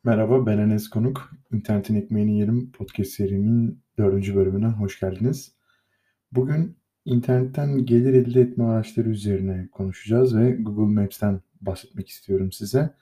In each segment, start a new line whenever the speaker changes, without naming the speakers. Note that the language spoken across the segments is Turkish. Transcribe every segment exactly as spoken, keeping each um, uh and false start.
Merhaba, ben Enes Konuk. İnternetin Ekmeğini Yerim podcast serimin dördüncü bölümüne hoş geldiniz. Bugün internetten gelir elde etme araçları üzerine konuşacağız ve Google Maps'ten bahsetmek istiyorum size.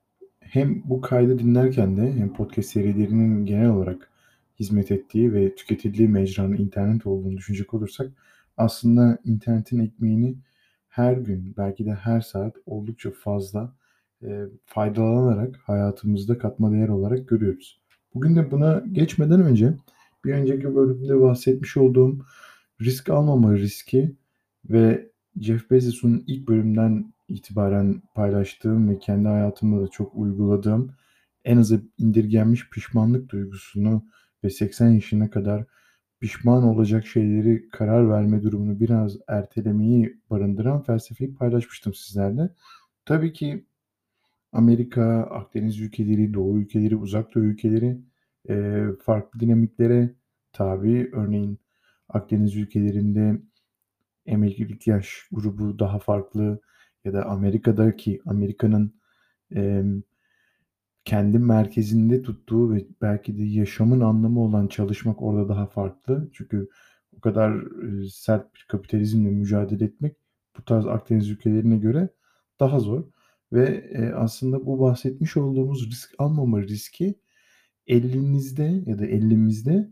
Hem bu kaydı dinlerken de hem podcast serilerinin genel olarak hizmet ettiği ve tüketildiği mecranın internet olduğunu düşünecek olursak aslında internetin ekmeğini her gün belki de her saat oldukça fazla e, faydalanarak hayatımızda katma değer olarak görüyoruz. Bugün de buna geçmeden önce bir önceki bölümde bahsetmiş olduğum risk almama riski ve Jeff Bezos'un ilk bölümden itibaren paylaştığım ve kendi hayatımda da çok uyguladığım en aza indirgenmiş pişmanlık duygusunu ve seksen yaşına kadar pişman olacak şeyleri karar verme durumunu biraz ertelemeyi barındıran felsefeyi paylaşmıştım sizlerle. Tabii ki Amerika, Akdeniz ülkeleri, Doğu ülkeleri, Uzak Doğu ülkeleri eee, farklı dinamiklere tabi. Örneğin Akdeniz ülkelerinde emeklilik yaş grubu daha farklı ya da Amerika'daki Amerika'nın em, kendi merkezinde tuttuğu ve belki de yaşamın anlamı olan çalışmak orada daha farklı. Çünkü o kadar e, sert bir kapitalizmle mücadele etmek bu tarz Akdeniz ülkelerine göre daha zor. Ve e, aslında bu bahsetmiş olduğumuz risk almama riski elinizde ya da elimizde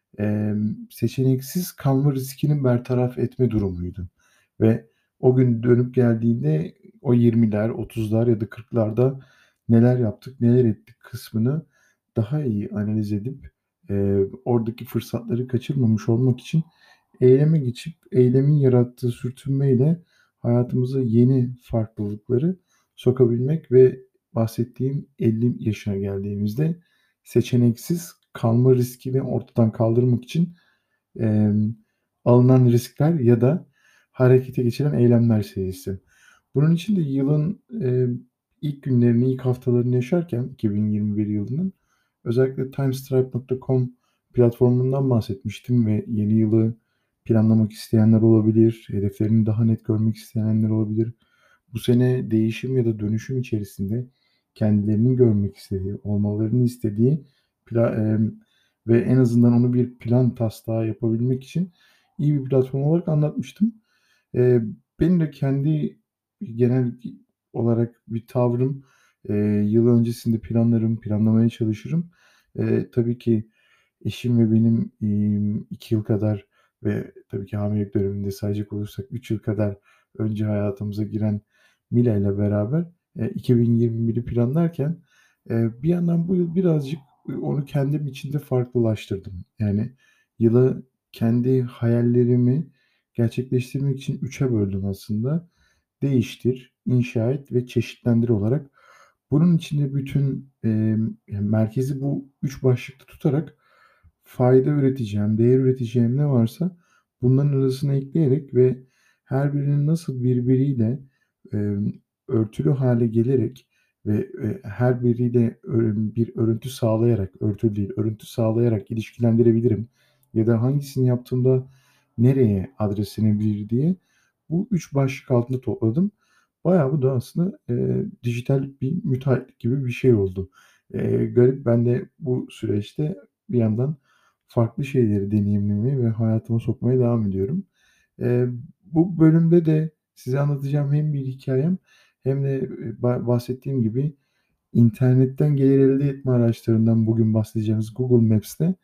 em, seçeneksiz kalma riskini bertaraf etme durumuydu. Ve o gün dönüp geldiğinde o yirmiler, otuzlar ya da kırklarda neler yaptık, neler ettik kısmını daha iyi analiz edip e, oradaki fırsatları kaçırmamış olmak için eyleme geçip eylemin yarattığı sürtünmeyle hayatımıza yeni farklılıkları sokabilmek ve bahsettiğim elli yaşına geldiğimizde seçeneksiz kalma riskini ortadan kaldırmak için e, alınan riskler ya da harekete geçiren eylemler serisi. Bunun için de yılın e, ilk günlerini, ilk haftalarını yaşarken iki bin yirmi bir yılının özellikle timestripe nokta com platformundan bahsetmiştim ve yeni yılı planlamak isteyenler olabilir, hedeflerini daha net görmek isteyenler olabilir. Bu sene değişim ya da dönüşüm içerisinde kendilerini görmek istediği, olmalarını istediği pla- e, ve en azından onu bir plan taslağı yapabilmek için iyi bir platform olarak anlatmıştım. E, Benim de kendi genel olarak bir tavrım, e, yıl öncesinde planlarım, planlamaya çalışırım. E, tabii ki eşim ve benim e, iki yıl kadar ve tabii ki hamilelik döneminde sayacak olursak üç yıl kadar önce hayatımıza giren Mila ile beraber e, iki bin yirmi biri planlarken e, bir yandan bu yıl birazcık onu kendim içinde farklılaştırdım. Yani yılı kendi hayallerimi gerçekleştirmek için üçe böldüm aslında. Değiştir, inşa et ve çeşitlendir olarak. Bunun içinde bütün e, yani merkezi bu üç başlıkta tutarak fayda üreteceğim, değer üreteceğim ne varsa bunların arasına ekleyerek ve her birinin nasıl birbiriyle e, örtülü hale gelerek ve e, her biriyle ö- bir örüntü sağlayarak, örtülü değil, örüntü sağlayarak ilişkilendirebilirim. Ya da hangisini yaptığımda nereye adreslenebilir diye bu üç başlık altında topladım. Bayağı bu da aslında e, dijital bir müteahhitlik gibi bir şey oldu. E, garip ben de bu süreçte bir yandan farklı şeyleri deneyimlemeye ve hayatıma sokmaya devam ediyorum. E, Bu bölümde de size anlatacağım hem bir hikayem hem de e, ba- bahsettiğim gibi internetten gelir elde etme araçlarından bugün bahsedeceğimiz Google Maps'te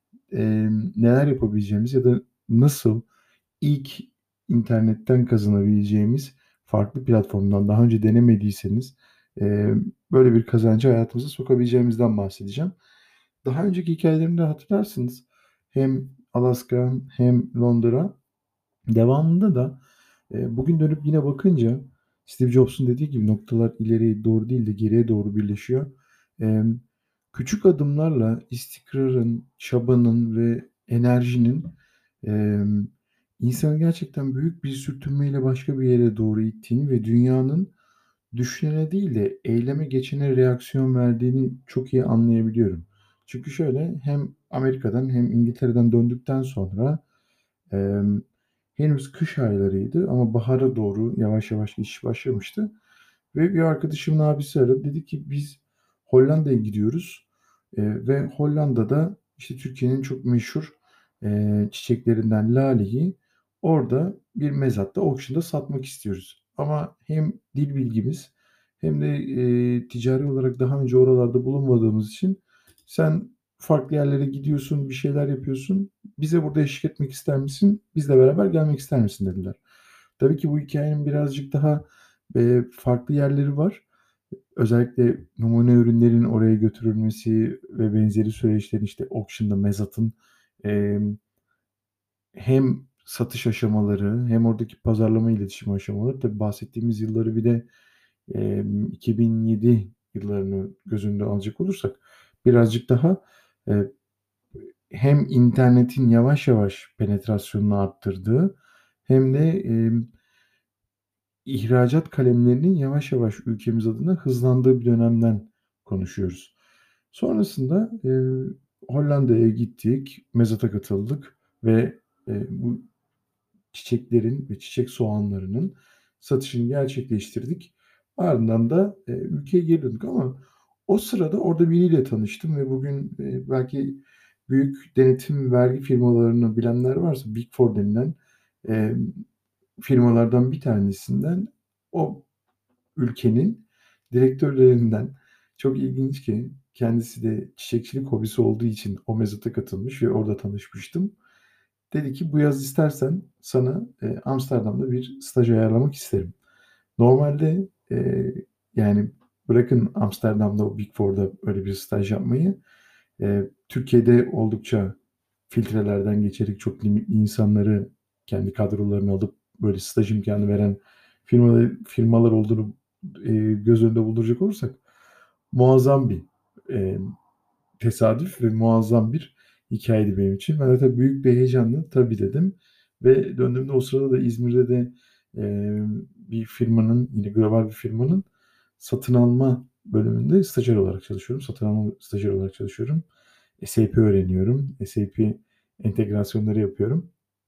e, neler yapabileceğimiz ya da nasıl ilk internetten kazanabileceğimiz farklı platformdan daha önce denemediyseniz e, böyle bir kazancı hayatımıza sokabileceğimizden bahsedeceğim. Daha önceki hikayelerimde hatırlarsınız hem Alaska hem Londra. Devamında da e, bugün dönüp yine bakınca Steve Jobs'un dediği gibi noktalar ileriye doğru değil de geriye doğru birleşiyor. E, Küçük adımlarla istikrarın, çabanın ve enerjinin e, insanı gerçekten büyük bir sürtünmeyle başka bir yere doğru ittiğini ve dünyanın düşünene değil de eyleme geçene reaksiyon verdiğini çok iyi anlayabiliyorum. Çünkü şöyle hem Amerika'dan hem İngiltere'den döndükten sonra e, henüz kış aylarıydı ama bahara doğru yavaş yavaş iş başlamıştı. Ve bir arkadaşımın abisi aradı. Dedi ki biz Hollanda'ya gidiyoruz. Eee, ve Hollanda'da işte Türkiye'nin çok meşhur eee, çiçeklerinden laleyi orada bir mezatta, auction'da satmak istiyoruz. Ama hem dil bilgimiz hem de eee, ticari olarak daha önce oralarda bulunmadığımız için sen farklı yerlere gidiyorsun, bir şeyler yapıyorsun. Bize burada eşlik etmek ister misin? Bizle beraber gelmek ister misin dediler. Tabii ki bu hikayenin birazcık daha eee, farklı yerleri var. Özellikle numune ürünlerin oraya götürülmesi ve benzeri süreçlerin işte auction'da mezatın emm, hem satış aşamaları hem oradaki pazarlama iletişim aşamaları tabii bahsettiğimiz yılları bir de emm, iki bin yedi yıllarını göz önünde alacak olursak birazcık daha eee, hem internetin yavaş yavaş penetrasyonunu arttırdığı hem de emm ihracat kalemlerinin yavaş yavaş ülkemiz adına hızlandığı bir dönemden konuşuyoruz. Sonrasında, eee, Hollanda'ya gittik, mezata katıldık ve, eee, bu çiçeklerin ve çiçek soğanlarının satışını gerçekleştirdik. Ardından da, eee, ülkeye geri döndük ama o sırada orada biriyle tanıştım ve bugün, eee, belki büyük denetim vergi firmalarını bilenler varsa Big Four denilen, emm, firmalardan bir tanesinden o ülkenin direktörlerinden. Çok ilginç ki kendisi de çiçekçilik hobisi olduğu için o mezata katılmış ve orada tanışmıştım. Dedi ki bu yaz istersen sana e, Amsterdam'da bir staj ayarlamak isterim. Normalde e, yani bırakın Amsterdam'da o Big Four'da öyle bir staj yapmayı, e, Türkiye'de oldukça filtrelerden geçerek çok limitli insanları kendi kadrolarına alıp böyle staj imkanı veren firmalar, firmalar olduğunu e, göz önünde bulunduracak olursak muazzam bir e, tesadüf ve muazzam bir hikâyeydi benim için. Ben de tabii büyük bir heyecanla tabii dedim ve döndüğümde o sırada da İzmir'de de emm, bir firmanın, yine global bir firmanın satın alma bölümünde stajyer olarak çalışıyorum. Satın alma stajyeri olarak çalışıyorum. S A P öğreniyorum. S A P entegrasyonları yapıyorum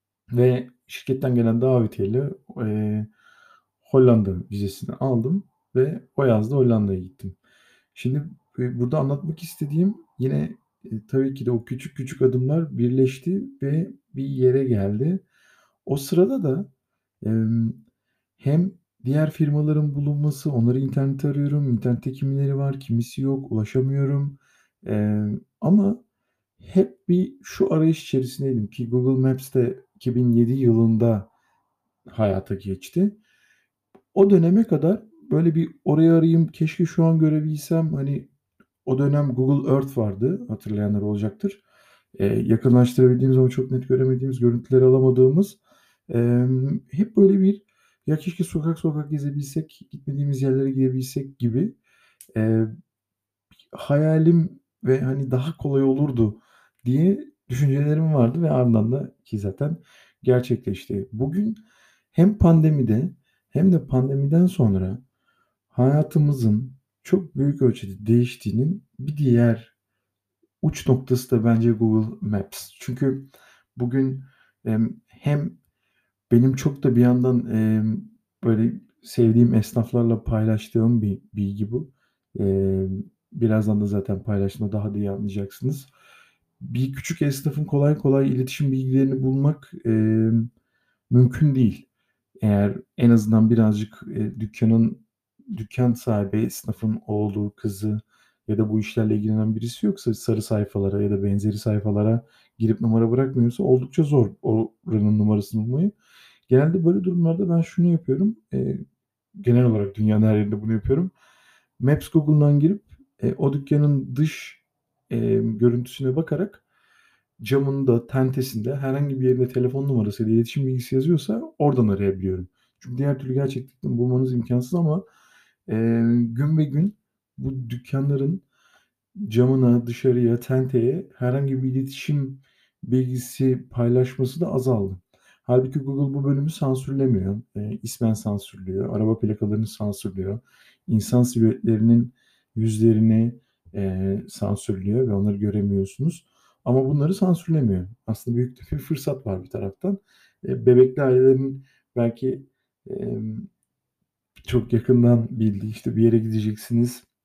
ve şirketten gelen davetiyeyle eee, Hollanda vizesini aldım ve o yaz da Hollanda'ya gittim. Şimdi, eee, burada anlatmak istediğim yine, eee, tabii ki de o küçük küçük adımlar birleşti ve bir yere geldi. O sırada da, emm, hem diğer firmaların bulunması, onları internette arıyorum, internette kimileri var, kimisi yok, ulaşamıyorum. Emm, ama hep bir şu arayış içerisindeydim ki Google Maps de iki bin yedi yılında hayata geçti. O döneme kadar böyle bir orayı arayayım, keşke şu an görebilsem, hani, o dönem Google Earth vardı, hatırlayanlar olacaktır. Eee, yakınlaştırabildiğimiz ama çok net göremediğimiz, görüntüleri alamadığımız, emm, hep böyle bir "Ya, keşke sokak sokak gezebilsek, gitmediğimiz yerlere gidebilsek." gibi, eee, hayalim ve, hani, daha kolay olurdu diye düşüncelerim vardı ve ardından da ki zaten gerçekleşti. Bugün hem pandemide hem de pandemiden sonra hayatımızın çok büyük ölçüde değiştiğinin bir diğer uç noktası da bence Google Maps. Çünkü bugün em, hem benim çok da bir yandan em, böyle sevdiğim esnaflarla paylaştığım bir bilgi bu. Em, birazdan da zaten paylaştığımda daha da iyi anlayacaksınız. Bir küçük esnafın kolay kolay iletişim bilgilerini bulmak em, mümkün değil. Eğer en azından birazcık, eee, dükkânın dükkân sahibi, esnafın oğlu, kızı ya da bu işlerle ilgilenen birisi yoksa sarı sayfalara ya da benzeri sayfalara girip numara bırakmıyorsa oldukça zor oranın numarasını bulmayı. Genelde böyle durumlarda ben şunu yapıyorum, eee, genel olarak dünyanın her yerinde bunu yapıyorum. Maps Google'dan girip, eee, o dükkânın dış, emm, görüntüsüne bakarak camında, tentesinde herhangi bir yerinde telefon numarasıyla iletişim bilgisi yazıyorsa oradan arayabiliyorum. Çünkü diğer türlü gerçekten bulmanız imkânsız ama, eee, gün be gün bu dükkânların camına, dışarıya, tenteye herhangi bir iletişim bilgisi paylaşması da azaldı. Hâlbuki Google bu bölümü sansürlemiyor. Eee, ismen sansürlüyor, araba plakalarını sansürlüyor, insan silüetlerinin yüzlerini, eee, sansürlüyor ve onları göremiyorsunuz ama bunları sansürlemiyor. Aslında büyük de bir fırsat var bir taraftan. Eee, bebekli ailelerin belki, emm, çok yakından bildiği, işte, bir yere gideceksiniz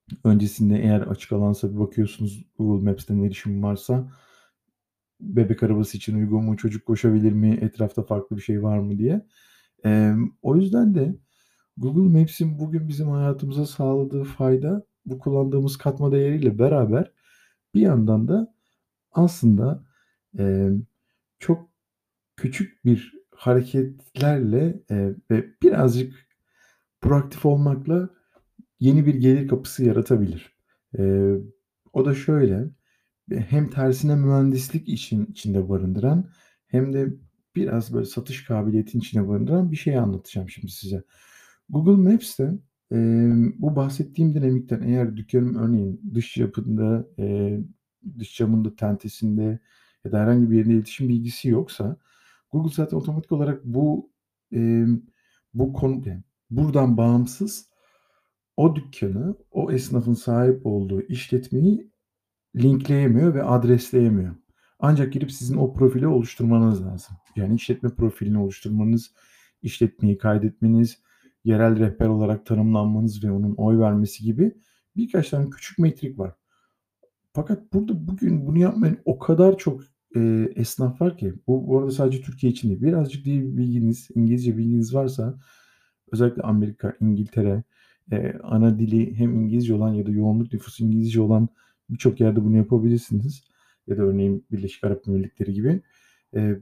Öncesinde eğer açık alansa bir bakıyorsunuz Google Maps'ten erişim varsa bebek arabası için uygun mu, çocuk koşabilir mi, etrafta farklı bir şey var mı diye. Emm, o yüzden de Google Maps'in bugün bizim hayatımıza sağladığı fayda bu kullandığımız katma değeriyle beraber bir yandan da aslında, emm, çok küçük bir hareketlerle, eee, ve birazcık proaktif olmakla yeni bir gelir kapısı yaratabilir. Eee, o da şöyle, hem tersine mühendislik işin içinde barındıran hem de biraz böyle satış kabiliyetinin içine barındıran bir şey anlatacağım şimdi size. Google Maps'te, emm, bu bahsettiğim dinamikten eğer dükkanım örneğin dış yapında, eee, dış camında, tentesinde ya da herhangi bir yerinde iletişim bilgisi yoksa Google zaten otomatik olarak bu, emm, bu konu yani buradan bağımsız o dükkânı, o esnafın sahip olduğu işletmeyi linkleyemiyor ve adresleyemiyor. Ancak girip sizin o profili oluşturmanız lazım. Yani işletme profilini oluşturmanız, işletmeyi kaydetmeniz, yerel rehber olarak tanımlanmanız ve onun oy vermesi gibi birkaç tane küçük metrik var. Fakat burada bugün bunu yapmayan o kadar çok, eee, esnaf var ki bu bu arada sadece Türkiye için değil. Birazcık dil bilginiz, İngilizce bilginiz varsa özellikle Amerika, İngiltere, eee, ana dili hem İngilizce olan ya da yoğunluk nüfusu İngilizce olan birçok yerde bunu yapabilirsiniz. Ya da örneğin Birleşik Arap Emirlikleri gibi. Eee,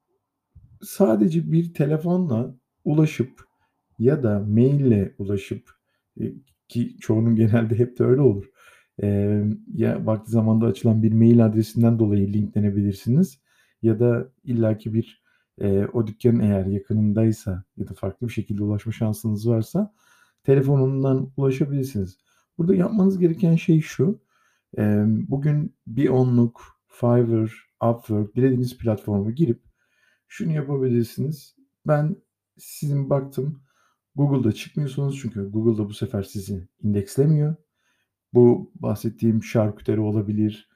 sadece bir telefonla ulaşıp ya da maille ulaşıp, eee, ki çoğunun genelde hep de öyle olur. Emm, ya vakti zamanında açılan bir mail adresinden dolayı linklenebilirsiniz ya da illaki bir, eee, o dükkânın eğer yakınındaysa ya da farklı bir şekilde ulaşma şansınız varsa telefonundan ulaşabilirsiniz. Burada yapmanız gereken şey şu: Emm, bugün bir onluk, Fiverr, Upwork dilediğiniz platforma girip şunu yapabilirsiniz. Ben sizin baktım Google'da çıkmıyorsunuz çünkü Google'da bu sefer sizi indekslemiyor. Bu bahsettiğim şarküteri olabilir.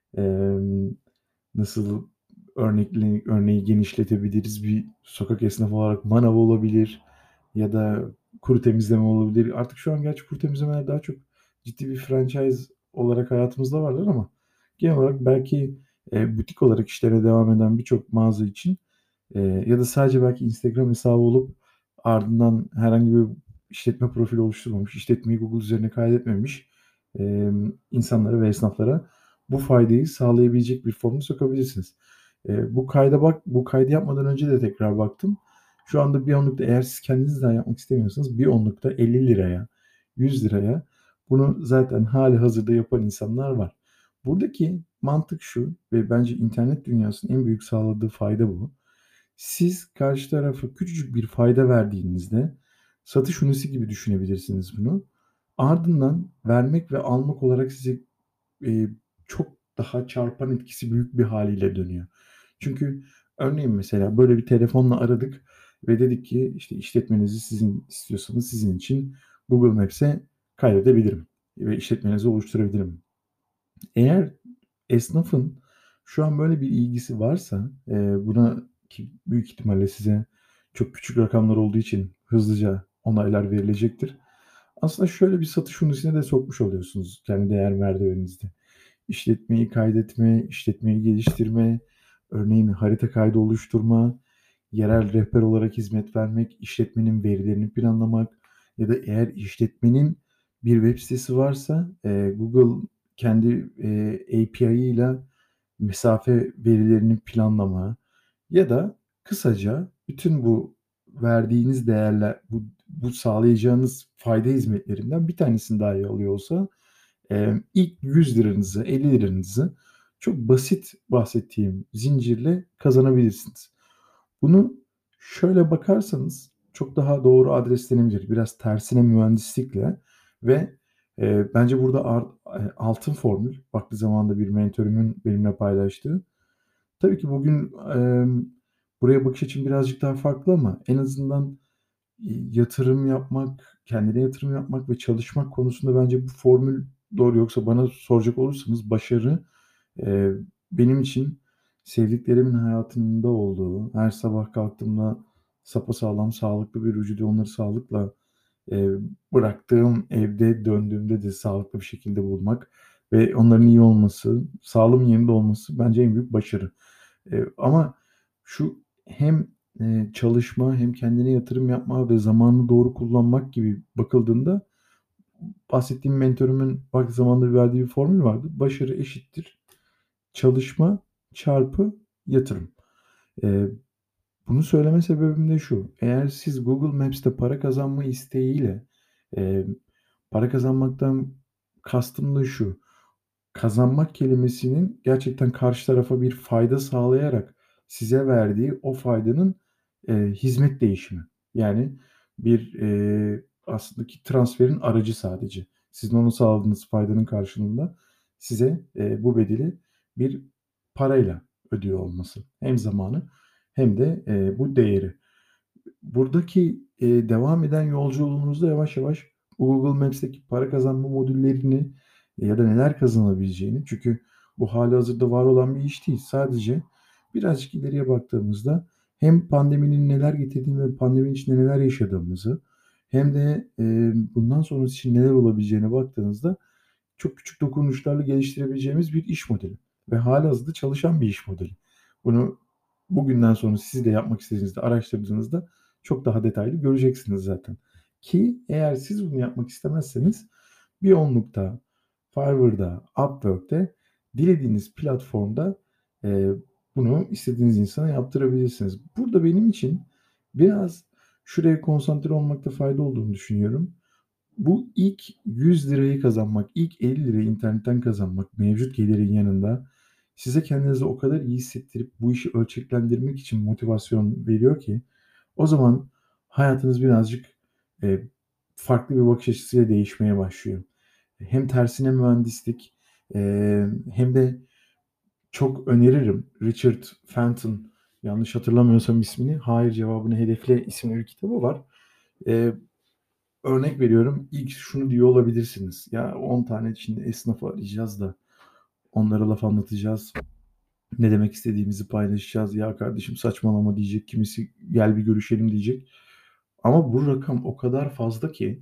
Emm, nasıl örnekle örneği genişletebiliriz? Bir sokak esnafı olarak manav olabilir ya da kuru temizleme olabilir. Artık şu an gerçi kuru temizlemeler daha çok ciddi bir franchise olarak hayatımızda varlar ama genel olarak belki, eee, butik olarak işlerine devam eden birçok mağaza için, eee, ya da sadece belki Instagram hesabı olup ardından herhangi bir işletme profili oluşturmamış, işletmeyi Google üzerine kaydetmemiş, emm, insanlara ve esnaflara bu faydayı sağlayabilecek bir forma sokabilirsiniz. Eee, bu kayda bak bu kaydı yapmadan önce de tekrar baktım. Şu anda bir onlukta eğer siz kendiniz daha yapmak istemiyorsanız bir onlukta elli liraya, yüz liraya bunu zaten hâlihazırda yapan insanlar var. Buradaki mantık şu ve bence internet dünyasının en büyük sağladığı fayda bu. Siz karşı tarafa küçücük bir fayda verdiğinizde satış hunisi gibi düşünebilirsiniz bunu. Ardından vermek ve almak olarak size, eee, çok daha çarpan etkisi büyük bir hâliyle dönüyor. Çünkü örneğin mesela böyle bir telefonla aradık ve dedik ki, işte, işletmenizi sizin istiyorsanız sizin için Google Maps'e kaydedebilirim ve işletmenizi oluşturabilirim. Eğer esnafın şu an böyle bir ilgisi varsa, eee, buna ki büyük ihtimalle size çok küçük rakamlar olduğu için hızlıca onaylar verilecektir. Aslında şöyle bir satış hunisine de sokmuş oluyorsunuz kendi değer merdiveninizde. İşletmeyi kaydetme, işletmeyi geliştirme, örneğin harita kaydı oluşturma, yerel rehber olarak hizmet vermek, işletmenin verilerini planlamak ya da eğer işletmenin bir web sitesi varsa, eee, Google kendi, eee, A P I'ıyla mesafe verilerini planlama ya da kısaca bütün bu verdiğiniz değerler, bu bu sağlayacağınız fayda hizmetlerinden bir tanesini dahi alıyor olsa, emm, ilk yüz liranızı, elli liranızı çok basit bahsettiğim zincirle kazanabilirsiniz. Bunu şöyle bakarsanız çok daha doğru adreslenebilir. Biraz tersine mühendislikle ve, eee, bence burada ar eee, altın formül, vakti zamanında bir mentörümün benimle paylaştığı. Tabii ki bugün, emm, buraya bakış açım birazcık daha farklı ama en azından, iii, yatırım yapmak, kendine yatırım yapmak ve çalışmak konusunda bence bu formül doğru. Yoksa bana soracak olursanız başarı, eee, benim için sevdiklerimin hayatında olduğu, her sabah kalktığımda sapasağlam, sağlıklı bir vücudu onları sağlıkla Eee, bıraktığım evde döndüğümde de sağlıklı bir şekilde bulmak ve onların iyi olması, sağlığımın yerinde olması bence en büyük başarı. Eee, ama şu hem, eee, çalışma hem kendine yatırım yapma ve zamanını doğru kullanmak gibi bakıldığında bahsettiğim mentörümün vakti zamanında verdiği bir formül vardı. Başarı eşittir çalışma çarpı yatırım. Eee, bunu söyleme sebebim de şu: Eğer siz Google Maps'te para kazanma isteğiyle, eee, para kazanmaktan kastım da şu: Kazanmak kelimesinin gerçekten karşı tarafa bir fayda sağlayarak size verdiği o faydanın, eee, hizmet değişimi. Yani bir, eee, aslında ki transferin aracı sadece. Sizin ona sağladığınız faydanın karşılığında size, eee, bu bedeli bir parayla ödüyor olması. Hem zamanı hem de, eee, bu değeri. Buradaki, eee, devam eden yolculuğunuzda yavaş yavaş Google Maps'teki para kazanma modüllerini ya da neler kazanabileceğini, çünkü bu hâlihazırda var olan bir iş değil. Sadece birazcık ileriye baktığımızda hem pandeminin neler getirdiğini ve pandemi içinde neler yaşadığımızı hem de, eee, bundan sonrası için neler olabileceğine baktığınızda çok küçük dokunuşlarla geliştirebileceğimiz bir iş modeli ve hâlihazırda çalışan bir iş modeli. Bunu bugünden sonra siz de yapmak istediğinizde, araştırdığınızda çok daha detaylı göreceksiniz zaten. Ki eğer siz bunu yapmak istemezseniz bir onlukta, Fiverr'da, Upwork'te dilediğiniz platformda, eee, bunu istediğiniz insana yaptırabilirsiniz. Burada benim için biraz şuraya konsantre olmakta fayda olduğunu düşünüyorum. Bu ilk yüz lirayı kazanmak, ilk elli lirayı internetten kazanmak mevcut gelirin yanında size kendinizi o kadar iyi hissettirip bu işi ölçeklendirmek için motivasyon veriyor ki o zaman hayatınız birazcık, eee, farklı bir bakış açısıyla değişmeye başlıyor. Hem tersine mühendislik, eee, hem de çok öneririm. Richard Fenton, yanlış hatırlamıyorsam ismini, "Hayır Cevabını Hedefle" isimli bir kitabı var. Eee Örnek veriyorum, ilk şunu diyor olabilirsiniz: "Ya on tane şimdi esnafı arayacağız da onlara laf anlatacağız. Ne demek istediğimizi paylaşacağız. Ya kardeşim saçmalama diyecek. Kimisi gel bir görüşelim diyecek. Ama bu rakam o kadar fazla ki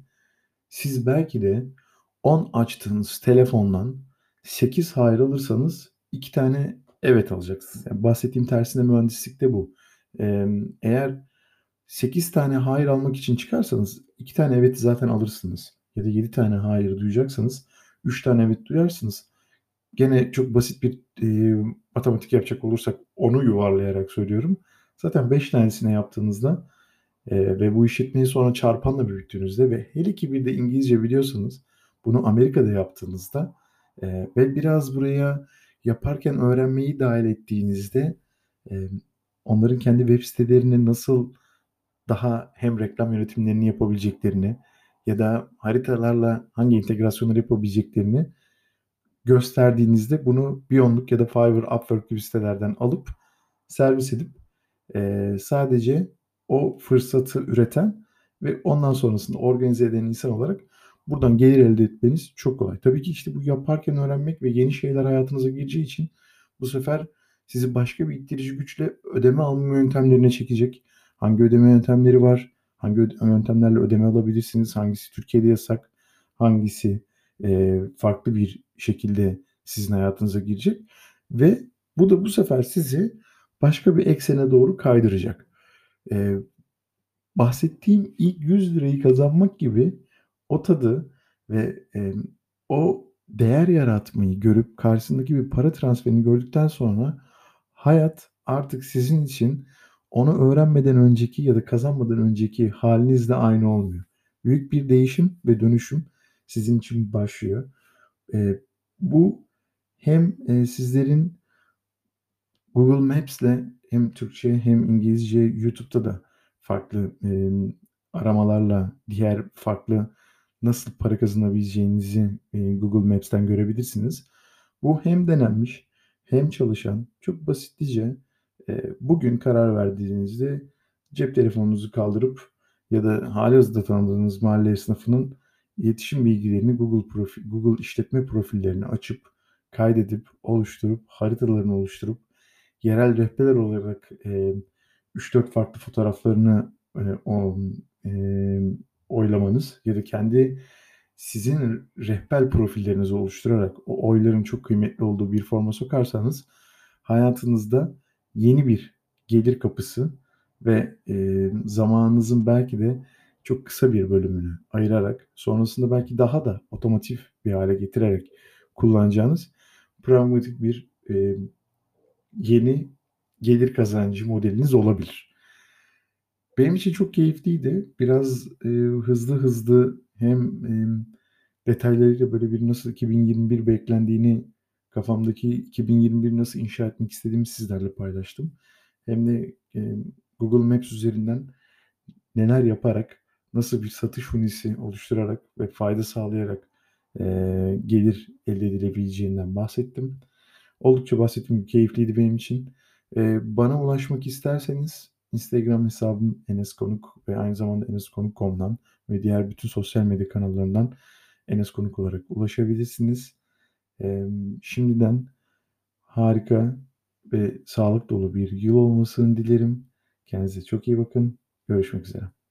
siz belki de on açtığınız telefondan sekiz hayır alırsanız iki tane evet alacaksınız. Yani bahsettiğim tersine mühendislikte bu. Emm, eğer sekiz tane hayır almak için çıkarsanız iki tane eveti zaten alırsınız. Ya da yedi tane hayır duyacaksanız üç tane evet duyarsınız. Gene çok basit bir, eee, matematik yapacak olursak onu yuvarlayarak söylüyorum. Zaten beş tanesini yaptığınızda, eee, ve bu işletmeyi sonra çarpanla büyüttüğünüzde ve hele ki bir de İngilizce biliyorsanız bunu Amerika'da yaptığınızda, eee, ve biraz buraya yaparken öğrenmeyi dâhil ettiğinizde, emm, onların kendi web sitelerini nasıl daha hem reklam yönetimlerini yapabileceklerini ya da haritalarla hangi entegrasyonları yapabileceklerini gösterdiğinizde bunu Beyond'luk ya da Fiverr, Upwork gibi sitelerden alıp servis edip, eee, sadece o fırsatı üreten ve ondan sonrasında organize eden insan olarak buradan gelir elde etmeniz çok kolay. Tabii ki, işte, bu yaparken öğrenmek ve yeni şeyler hayatınıza gireceği için bu sefer sizi başka bir ittirici güçle ödeme alma yöntemlerine çekecek. Hangi ödeme yöntemleri var? Hangi öde yöntemlerle ödeme alabilirsiniz? Hangisi Türkiye'de yasak? Hangisi, eee, farklı bir şekilde sizin hayatınıza girecek ve bu da bu sefer sizi başka bir eksene doğru kaydıracak. Eee, bahsettiğim ilk yüz lirayı kazanmak gibi o tadı ve, emm, o değer yaratmayı görüp karşısındaki bir para transferini gördükten sonra hayat artık sizin için onu öğrenmeden önceki ya da kazanmadan önceki hâlinizle aynı olmuyor. Büyük bir değişim ve dönüşüm sizin için başlıyor. Eee, bu hem, eee, sizlerin Google Maps'le hem Türkçe hem İngilizce YouTube'da da farklı, emm, aramalarla diğer farklı nasıl para kazanabileceğinizi, eee, Google Maps'ten görebilirsiniz. Bu hem denenmiş hem çalışan, çok basitçe, eee, bugün karar verdiğinizde cep telefonunuzu kaldırıp ya da hâlihazırda tanıdığınız mahalle esnafının iletişim bilgilerini Google profil Google işletme profillerini açıp, kaydedip, oluşturup, haritalarını oluşturup, yerel rehber olarak, eee, üç dört farklı fotoğraflarını, eee, o emm, oylamanız ya da kendi sizin rehber profillerinizi oluşturarak o oyların çok kıymetli olduğu bir forma sokarsanız hayatınızda yeni bir gelir kapısı ve e, zamanınızın belki de çok kısa bir bölümünü ayırarak sonrasında belki daha da otomotiv bir hale getirerek kullanacağınız pragmatik bir e, yeni gelir kazancı modeliniz olabilir. Benim için çok keyifliydi. Biraz e, hızlı hızlı hem e, detaylarıyla böyle bir nasıl iki bin yirmi bir beklendiğini kafamdaki iki bin yirmi bir nasıl inşa etmek istediğimi sizlerle paylaştım. Hem de e, Google Maps üzerinden neler yaparak nasıl bir satış hunisi oluşturarak ve fayda sağlayarak e, gelir elde edilebileceğinden bahsettim. Oldukça bahsettiğim gibi keyifliydi benim için. Ee, bana ulaşmak isterseniz Instagram hesabım Enes Konuk ve aynı zamanda enes konuk nokta com'dan ve diğer bütün sosyal medya kanallarından Enes Konuk olarak ulaşabilirsiniz. Ee, şimdiden harika ve sağlık dolu bir yıl olmasını dilerim. Kendinize çok iyi bakın. Görüşmek üzere.